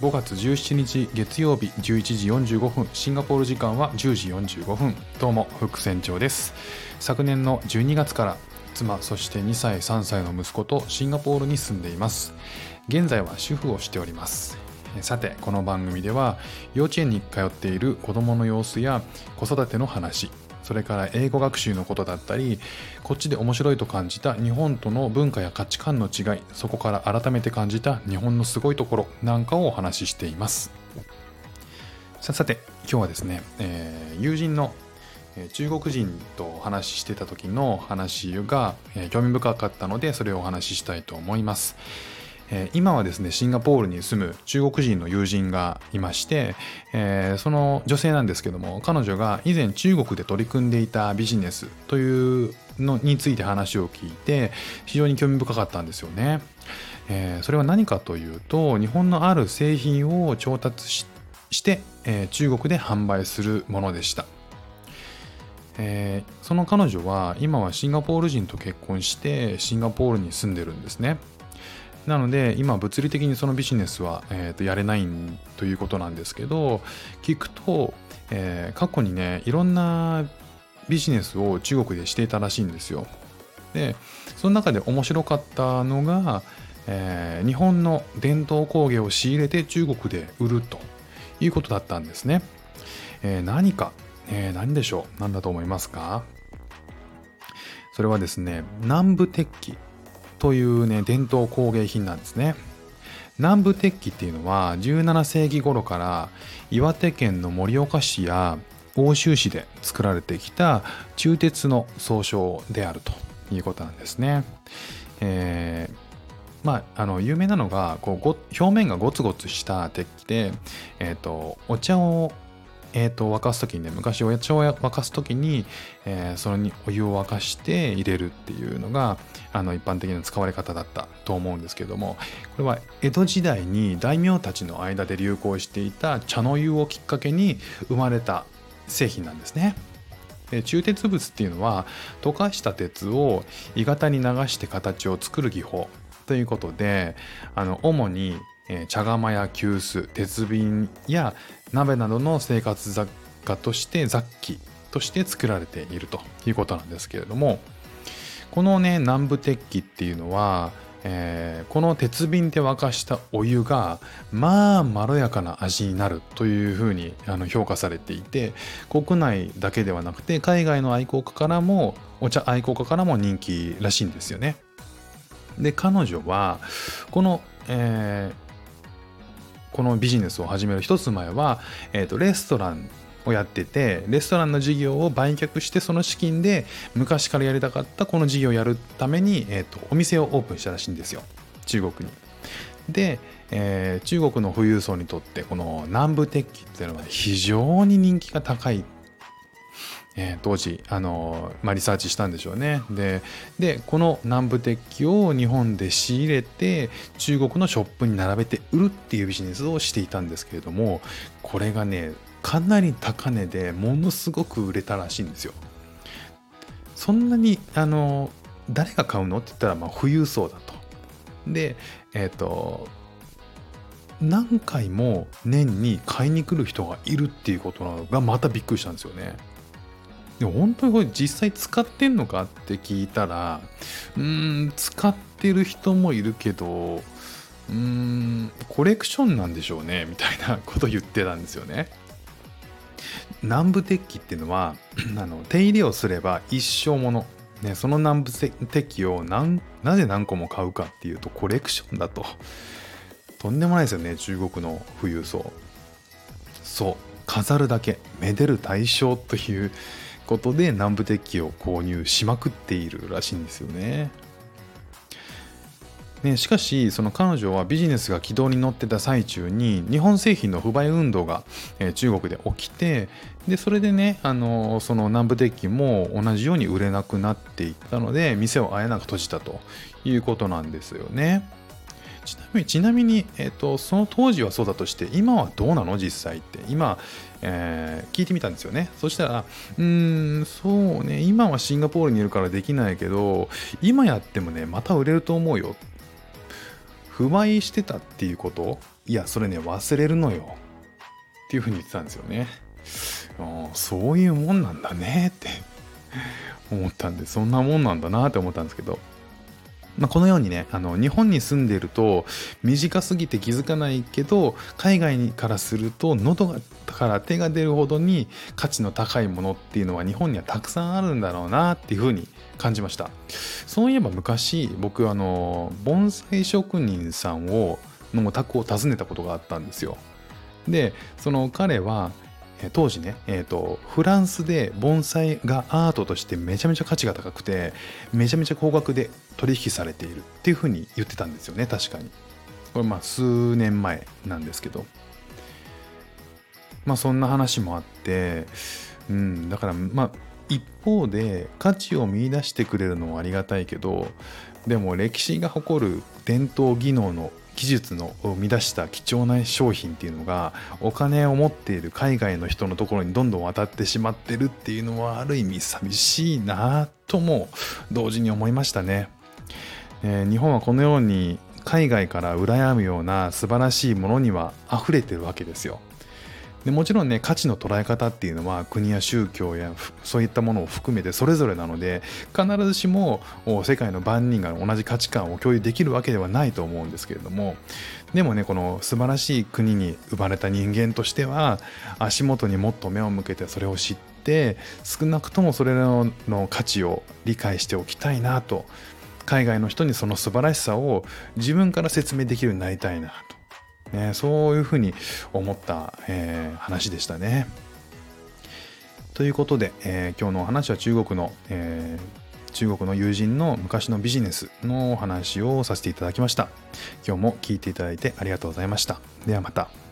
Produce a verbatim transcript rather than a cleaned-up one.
ごがつじゅうしちにち月曜日じゅういちじよんじゅうごふん、シンガポール時間はじゅうじよんじゅうごふん。どうも副船長です。昨年のじゅうにがつから妻、そしてにさいさんさいの息子とシンガポールに住んでいます。現在は主婦をしております。さて、この番組では幼稚園に通っている子どもの様子や子育ての話、それから英語学習のことだったり、こっちで面白いと感じた日本との文化や価値観の違い、そこから改めて感じた日本のすごいところなんかをお話ししています。ささて、今日はですね、えー、友人の中国人とお話ししてた時の話が、えー、興味深かったので、それをお話ししたいと思います。えー、今はですね、シンガポールに住む中国人の友人がいまして、えー、その女性なんですけども、彼女が以前中国で取り組んでいたビジネスというのについて話を聞いて、非常に興味深かったんですよね。えー、それは何かというと、日本のある製品を調達 し, して、えー、中国で販売するものでした。えー、その彼女は今はシンガポール人と結婚してシンガポールに住んでるんですね。なので今物理的にそのビジネスは、えー、とやれないということなんですけど、聞くと、えー、過去にね、いろんなビジネスを中国でしていたらしいんですよ。で、その中で面白かったのが、えー、日本の伝統工芸を仕入れて中国で売るということだったんですね。えー、何か、えー、何でしょう、何だと思いますか？それはですね、南部鉄器というね、伝統工芸品なんですね。南部鉄器っていうのはじゅうななせいき頃から岩手県の盛岡市や奥州市で作られてきた鋳鉄の総称であるということなんですね。えー、まあ、あの有名なのがこうご表面がゴツゴツした鉄器で、えーと、お茶をえーと沸かすときにね、昔お茶を沸かすときに、えー、それにお湯を沸かして入れるっていうのがあの一般的な使われ方だったと思うんですけども、これは江戸時代に大名たちの間で流行していた茶の湯をきっかけに生まれた製品なんですね。で、鋳鉄物っていうのは溶かした鉄を鋳型に流して形を作る技法ということで、あの主に茶釜や急須、鉄瓶や鍋などの生活雑貨として雑器として作られているということなんですけれども、このね、南部鉄器っていうのは、えー、この鉄瓶で沸かしたお湯がまあまろやかな味になるというふうにあの評価されていて、国内だけではなくて海外の愛好家からもお茶愛好家からも人気らしいんですよね。で、彼女はこの、えーこのビジネスを始める一つ前は、えーと、レストランをやってて、レストランの事業を売却して、その資金で昔からやりたかったこの事業をやるために、えーと、お店をオープンしたらしいんですよ、中国に。で、えー、中国の富裕層にとってこの南部鉄器っていうのは非常に人気が高い。えー、当時あのーまあ、リサーチしたんでしょうね。で、でこの南部鉄器を日本で仕入れて中国のショップに並べて売るっていうビジネスをしていたんですけれども、これがね、かなり高値でものすごく売れたらしいんですよ。そんなにあのー誰が買うのって言ったら、まあ富裕層だと。で、えっと何回も年に買いに来る人がいるっていうことなのがまたびっくりしたんですよね。でも本当にこれ実際使ってんのかって聞いたら、うーん、使ってる人もいるけど、うーん、コレクションなんでしょうねみたいなことを言ってたんですよね。南部鉄器っていうのはあの手入れをすれば一生もの、ね、その南部鉄器を何なぜ何個も買うかっていうとコレクションだと。とんでもないですよね、中国の富裕層。そう、飾るだけ、めでる対象ということで南部鉄器を購入しまくっているらしいんですよね。ね、しかしその彼女はビジネスが軌道に乗ってた最中に日本製品の不買運動が、えー、中国で起きて、でそれでね、あのー、その南部鉄器も同じように売れなくなっていったので店をあえなく閉じたということなんですよね。ちなみに、ちなみに、えーと、その当時はそうだとして今はどうなの実際って今、えー、聞いてみたんですよね。そしたら、うーん、そうね、今はシンガポールにいるからできないけど今やってもねまた売れると思うよ。不買してたっていうこといやそれね忘れるのよっていうふうに言ってたんですよね。あそういうもんなんだねって思ったんで、そんなもんなんだなって思ったんですけど、まあ、このようにね、あの日本に住んでいると短すぎて気づかないけど、海外からすると喉がから手が出るほどに価値の高いものっていうのは日本にはたくさんあるんだろうなっていうふうに感じました。そういえば昔僕あの盆栽職人さんをのお宅を訪ねたことがあったんですよ。でその彼は当時ね、えーと、フランスで盆栽がアートとしてめちゃめちゃ価値が高くて、めちゃめちゃ高額で取引されているっていうふうに言ってたんですよね。確かにこれまあ数年前なんですけど、まあそんな話もあって、うん、だからまあ一方で価値を見出してくれるのはありがたいけど、でも歴史が誇る伝統技能の技術の生み出した貴重な商品っていうのがお金を持っている海外の人のところにどんどん渡ってしまってるっていうのはある意味寂しいなとも同時に思いましたね。えー、日本はこのように海外から羨むような素晴らしいものには溢れてるわけですよ。でもちろんね、価値の捉え方っていうのは国や宗教やそういったものを含めてそれぞれなので、必ずしも世界の万人が同じ価値観を共有できるわけではないと思うんですけれども、でもね、この素晴らしい国に生まれた人間としては足元にもっと目を向けてそれを知って、少なくともそれらの価値を理解しておきたいなと、海外の人にその素晴らしさを自分から説明できるようになりたいなと、ね、そういうふうに思った、えー、話でしたね。ということで、えー、今日のお話は中国の、えー、中国の友人の昔のビジネスのお話をさせていただきました。今日も聞いていただいてありがとうございました。ではまた。